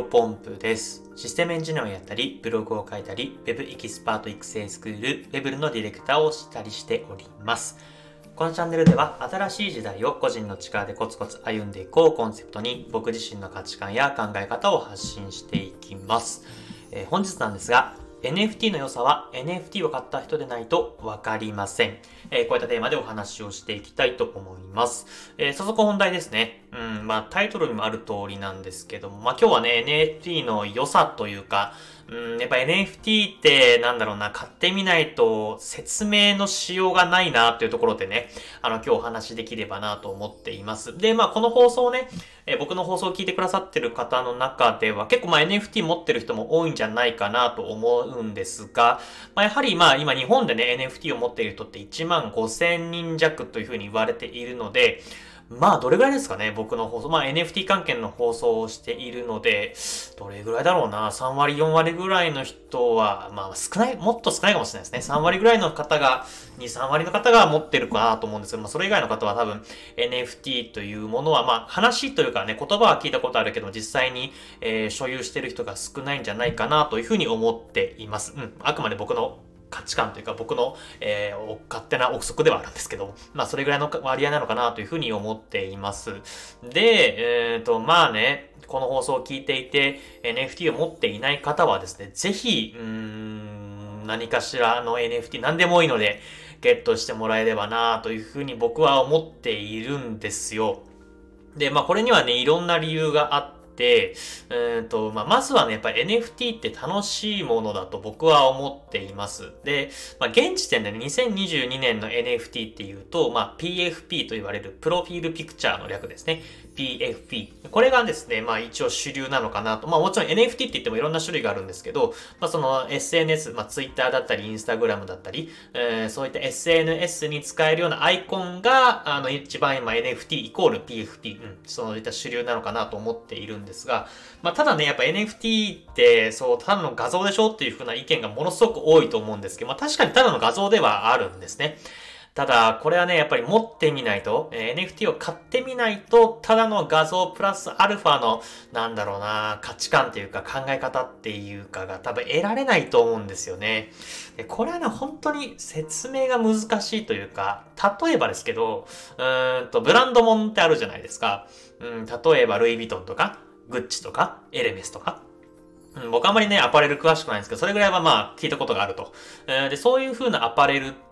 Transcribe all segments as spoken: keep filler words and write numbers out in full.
ポンプです。システムエンジニアをやったり、ブログを書いたり、Web エキスパート育成スクール、Web のディレクターをしたりしております。このチャンネルでは、新しい時代を個人の力でコツコツ歩んでいこうコンセプトに、僕自身の価値観や考え方を発信していきます。えー、本日なんですが、エヌエフティー の良さは エヌエフティー を買った人でないとわかりません。えー、こういったテーマでお話をしていきたいと思います。えー、早速本題ですね。うん、まあタイトルにもある通りなんですけども、まあ今日はね、エヌエフティー の良さというか、うん、やっぱ エヌエフティー ってなんだろうな、買ってみないと説明のしようがないなというところでね、あの今日お話しできればなと思っています。で、まあこの放送ね、えー、僕の放送を聞いてくださってる方の中では結構まあ エヌエフティー 持ってる人も多いんじゃないかなと思うんですが、まあ、やはりまあ今日本でね エヌエフティー を持っている人っていちまんごせんにん弱というふうに言われているので、まあどれぐらいですかね、僕の放送。まあ エヌエフティー 関係の放送をしているので、どれぐらいだろうな、さんわりよんわりぐらいの人は、まあ少ない、もっと少ないかもしれないですね。さんわりぐらいの方が、に、さんわりの方が持ってるかなと思うんですけど、まあそれ以外の方は多分 エヌエフティー というものは、まあ話というかね、言葉は聞いたことあるけど、実際に、えー、所有してる人が少ないんじゃないかなというふうに思っています。うん、あくまで僕の価値観というか僕の、えー、勝手な憶測ではあるんですけど、まあそれぐらいの割合なのかなというふうに思っています。で、えっと、まあね、この放送を聞いていて エヌエフティー を持っていない方はですね、ぜひ、うーん、何かしらの エヌエフティー 何でもいいのでゲットしてもらえればなというふうに僕は思っているんですよ。で、まあこれにはね、いろんな理由があって、で、えーと、まあ、まずはね、やっぱり エヌエフティー って楽しいものだと僕は思っています。で、まあ、現時点でね、にせんにじゅうにねんの エヌエフティー っていうと、まあ、ピーエフピー と言われるプロフィールピクチャーの略ですね。ピーエフピー。これがですね、まあ一応主流なのかなと。まあもちろん エヌエフティー って言ってもいろんな種類があるんですけど、まあその エスエヌエス、まあ Twitter だったり Instagram だったり、えー、そういった エスエヌエス に使えるようなアイコンが、あの一番今 エヌエフティー イコール ピーエフピー、うん、そういった主流なのかなと思っているんですが、まあただね、やっぱ エヌエフティー って、そう、ただの画像でしょっていう風な意見がものすごく多いと思うんですけど、まあ確かにただの画像ではあるんですね。ただ、これはね、やっぱり持ってみないと、えー、エヌエフティー を買ってみないと、ただの画像プラスアルファの、なんだろうな、価値観っていうか考え方っていうかが多分得られないと思うんですよね。でこれはね、本当に説明が難しいというか、例えばですけど、うーんと、ブランドもんってあるじゃないですか。うん、例えばルイ・ヴィトンとか、グッチとか、エルメスとか。うん、僕あんまりね、アパレル詳しくないんですけど、それぐらいはまあ聞いたことがあると。えー、で、そういう風なアパレルって、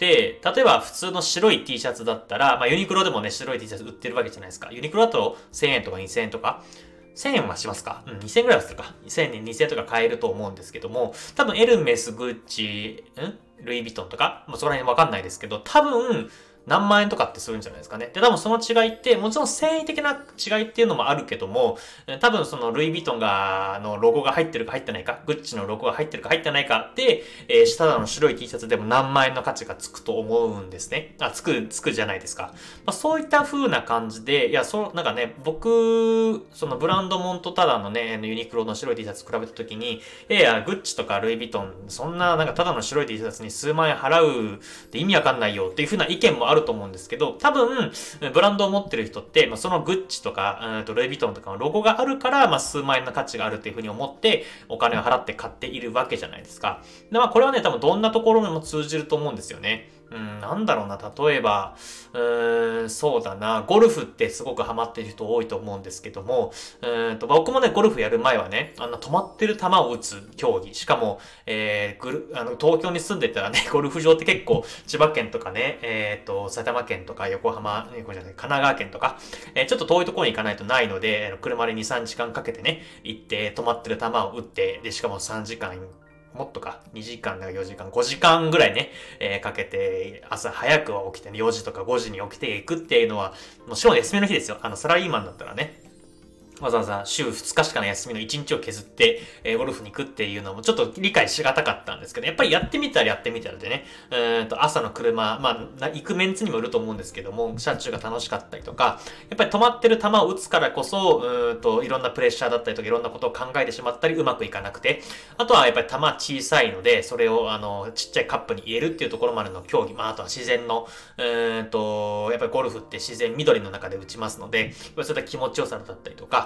例えば普通の白い T シャツだったら、まあユニクロでもね、白い T シャツ売ってるわけじゃないですか。ユニクロだとせんえんとかにせんえんとか、せんえんはしますか？うん、にせんえんぐらいはするか。せんえん、にせんえんとか買えると思うんですけども、多分エルメス、グッチ、んルイ・ヴィトンとか、まあそこら辺わかんないですけど、多分、何万円とかってするんじゃないですかね。で、多分その違いって、もちろん繊維的な違いっていうのもあるけども、多分そのルイ・ヴィトンが、のロゴが入ってるか入ってないか、グッチのロゴが入ってるか入ってないかで、えー、下の白い T シャツでも何万円の価値がつくと思うんですね。あ、つく、つくじゃないですか。まあ、そういった風な感じで、いや、そう、なんかね、僕、そのブランドモンとただのね、ユニクロの白い T シャツ比べたときに、いやいや、グッチとかルイ・ヴィトン、そんな、なんかただの白い T シャツに数万円払うって意味わかんないよっていう風な意見もあると思うんですけど、多分、ブランドを持ってる人って、まあ、そのグッチとか、うんとルイ・ヴィトンとかのロゴがあるから、まあ、数万円の価値があるっていう風に思って、お金を払って買っているわけじゃないですか。で、まあ、これはね、多分どんなところにも通じると思うんですよね。うん、なんだろうな、例えば、うーん、そうだな、ゴルフってすごくハマってる人多いと思うんですけども、うーんと、僕もね、ゴルフやる前はね、あんな止まってる球を打つ競技、しかも、えー、ぐる、あの、東京に住んでたらね、ゴルフ場って結構、千葉県とかね、えーと、埼玉県とか横浜、これじゃない、神奈川県とか、えー、ちょっと遠いところに行かないとないので、車でに、さんじかんかけてね、行って、止まってる球を打って、で、しかもさんじかん、もっとか、にじかんだかよじかん、ごじかんぐらいね、えー、かけて、朝早くは起きてね、よじとかごじに起きていくっていうのは、もちろん休みの日ですよ。あの、サラリーマンだったらね、わざわざ週ふつかしかの休みのいちにちを削って、えー、ゴルフに行くっていうのもちょっと理解しがたかったんですけど、やっぱりやってみたらやってみたらでね、うーんと朝の車、まあ、行くメンツにもよると思うんですけども、車中が楽しかったりとか、やっぱり止まってる球を打つからこそ、うーんといろんなプレッシャーだったりとかいろんなことを考えてしまったりうまくいかなくて、あとはやっぱり球小さいので、それをあの、ちっちゃいカップに入れるっていうところまでの競技、まあ、あとは自然の、うーんと、やっぱりゴルフって自然緑の中で打ちますので、そういった気持ちよさだったりとか、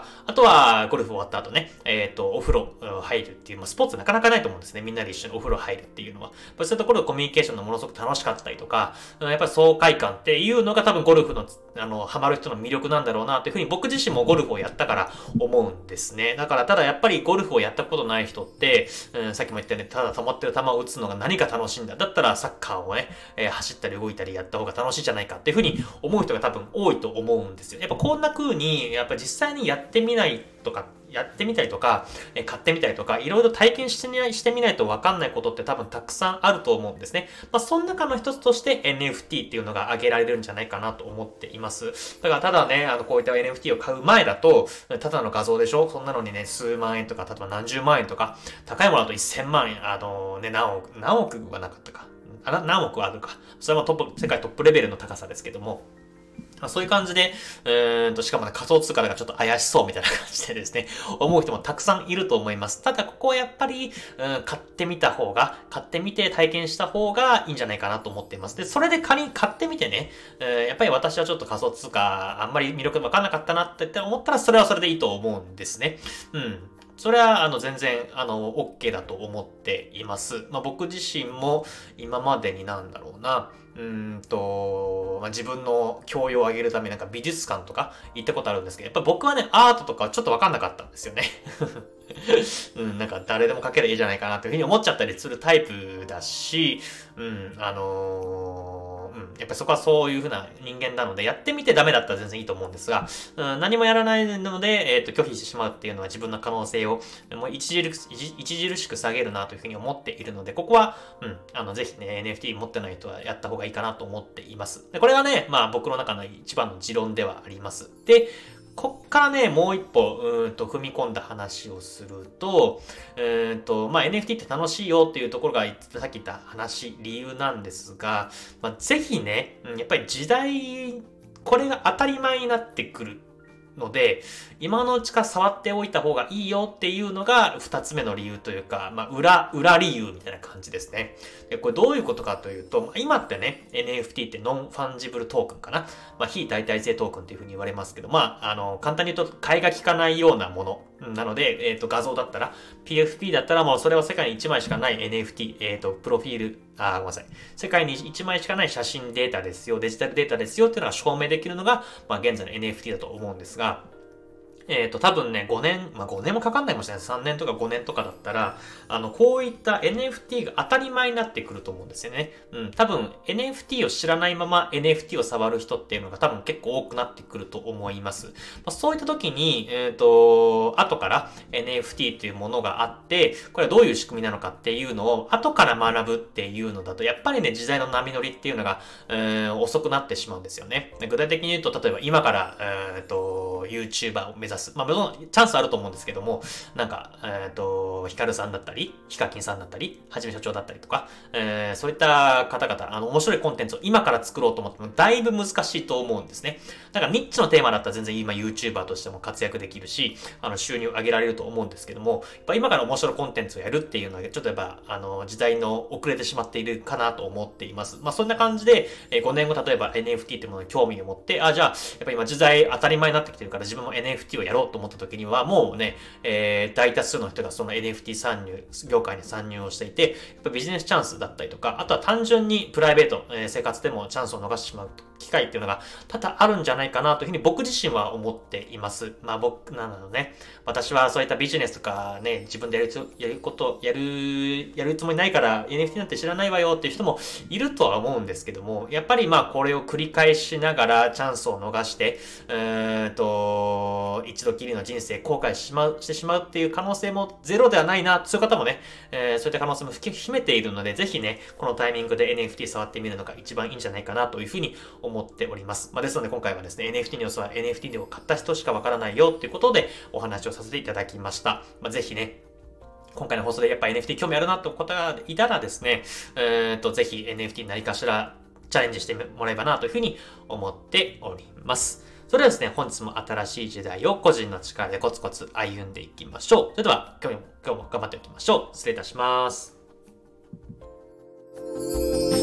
か、あとはゴルフ終わった後ね、えっと、お風呂入るっていう、まあ、スポーツなかなかないと思うんですね。みんなで一緒にお風呂入るっていうのは。やっぱそういうところでコミュニケーションのものすごく楽しかったりとか、やっぱり爽快感っていうのが多分ゴルフの、あの、ハマる人の魅力なんだろうなというふうに僕自身もゴルフをやったから思うんですね。だからただやっぱりゴルフをやったことない人って、うん、さっきも言ったようにただ止まってる球を打つのが何か楽しいんだ。だったらサッカーをね、えー、走ったり動いたりやった方が楽しいじゃないかっていうふうに思う人が多分多いと思うんですよ。やっぱこんな風に、やっぱ実際にやってみないとか、やってみたりとか、え買ってみたりとか、いろいろ体験してみない、してみないと分かんないことって多分たくさんあると思うんですね。まあ、その中の一つとして エヌエフティー っていうのが挙げられるんじゃないかなと思っています。だからただね、あの、こういった エヌエフティー を買う前だと、ただの画像でしょ？そんなのにね、数万円とか、例えば何十万円とか、高いものだとせんまん円、あのね、何億、何億はなかったか。あ何億あるか。それはトップ、世界トップレベルの高さですけども、そういう感じで、うーんと、しかもね、仮想通貨がちょっと怪しそうみたいな感じでですね、思う人もたくさんいると思います。ただ、ここはやっぱり、うん、買ってみた方が、買ってみて体験した方がいいんじゃないかなと思っています。で、それで仮に買ってみてね、うん、やっぱり私はちょっと仮想通貨、あんまり魅力わかんなかったなって思ったら、それはそれでいいと思うんですね。うん。それは、あの、全然、あの、OK だと思っています。まあ、僕自身も、今までになんだろうな、うーんと、まあ、自分の教養を上げるためになんか美術館とか行ったことあるんですけど、やっぱ僕はね、アートとかちょっとわかんなかったんですよね。うん、なんか誰でも描ける絵じゃないかなというふうに思っちゃったりするタイプだし、うん、あのー、うん、やっぱりそこはそういうふうな人間なので、やってみてダメだったら全然いいと思うんですが、うん、何もやらないので、えっと、拒否してしまうっていうのは自分の可能性をもう著著しく下げるなというふうに思っているので、ここは、うん、あの、ぜひね、エヌエフティー 持ってない人はやった方がいいかなと思っています。で、これがね、まあ僕の中の一番の持論ではあります。で、こっからね、もう一歩、うーんと踏み込んだ話をすると、うーんと、まあ エヌエフティー って楽しいよっていうところがさっき言った話、理由なんですが、まあぜひね、やっぱり時代、これが当たり前になってくるので、今のうちから触っておいた方がいいよっていうのが二つ目の理由というか、まあ、裏、裏理由みたいな感じですね。で、これどういうことかというと、今ってね、エヌエフティー ってノンファンジブルトークンかな。まあ、非代替性トークンっていうふうに言われますけど、まあ、あの、簡単に言うと、買いが利かないようなもの。なので、えっと、画像だったら、ピーエフピー だったらもうそれは世界にいちまいしかない エヌエフティー、えっと、プロフィール、あ、ごめんなさい。世界にいちまいしかない写真データですよ、デジタルデータですよっていうのが証明できるのが、まあ、現在の エヌエフティー だと思うんですが、えっと、多分ね、ごねん、まあ、ごねんもかかんないかもしれない。さんねんとかごねんとかだったら、あの、こういった エヌエフティー が当たり前になってくると思うんですよね。うん、多分 エヌエフティー を知らないまま エヌエフティー を触る人っていうのが多分結構多くなってくると思います。まあ、そういった時に、えっと、後から エヌエフティー というものがあって、これはどういう仕組みなのかっていうのを後から学ぶっていうのだと、やっぱりね、時代の波乗りっていうのが、えー、遅くなってしまうんですよね。具体的に言うと、例えば今から、えっと、YouTuber を目指す。まあ、もちろんチャンスあると思うんですけども、なんか、えっと、ヒカルさんだったり、ヒカキンさんだったり、はじめ社長だったりとか、えー、そういった方々、あの、面白いコンテンツを今から作ろうと思っても、だいぶ難しいと思うんですね。だから、ニッチのテーマだったら全然今 YouTuber としても活躍できるし、あの、収入を上げられると思うんですけども、やっぱ今から面白いコンテンツをやるっていうのは、ちょっとやっぱ、あの、時代の遅れてしまっているかなと思っています。まあ、そんな感じで、えー、ごねんご、例えば エヌエフティー ってものに興味を持って、あ、じゃあ、やっぱ今時代当たり前になってきてるから自分も エヌエフティー をやろうと思った時には、もうね、えー、大多数の人がその エヌエフティー 参入、業界に参入をしていて、やっぱビジネスチャンスだったりとか、あとは単純にプライベート、えー、生活でもチャンスを逃してしまう機会っていうのが多々あるんじゃないかなというふうに僕自身は思っています。まあ僕、なのでね、私はそういったビジネスとかね、自分でやる、やること、やる、やるつもりないから エヌエフティー なんて知らないわよっていう人もいるとは思うんですけども、やっぱりまあこれを繰り返しながらチャンスを逃して、うーんと、一度きりの人生後悔しまう、してしまうっていう可能性もゼロではないな、そういう方もね、えー、そういった可能性も秘めているので、ぜひね、このタイミングで エヌエフティー 触ってみるのが一番いいんじゃないかなというふうに思っております。まあ、ですので今回はですね、エヌエフティー の良さは エヌエフティー を買った人しかわからないよっていうことでお話をさせていただきました。まあ、ぜひね、今回の放送でやっぱ エヌエフティー 興味あるなという方がいたらですね、えー、とぜひ エヌエフティー 何かしらチャレンジしてもらえばなというふうに思っております。それではですね、本日も新しい時代を個人の力でコツコツ歩んでいきましょう。それでは今日も、今日も頑張っていきましょう。失礼いたします。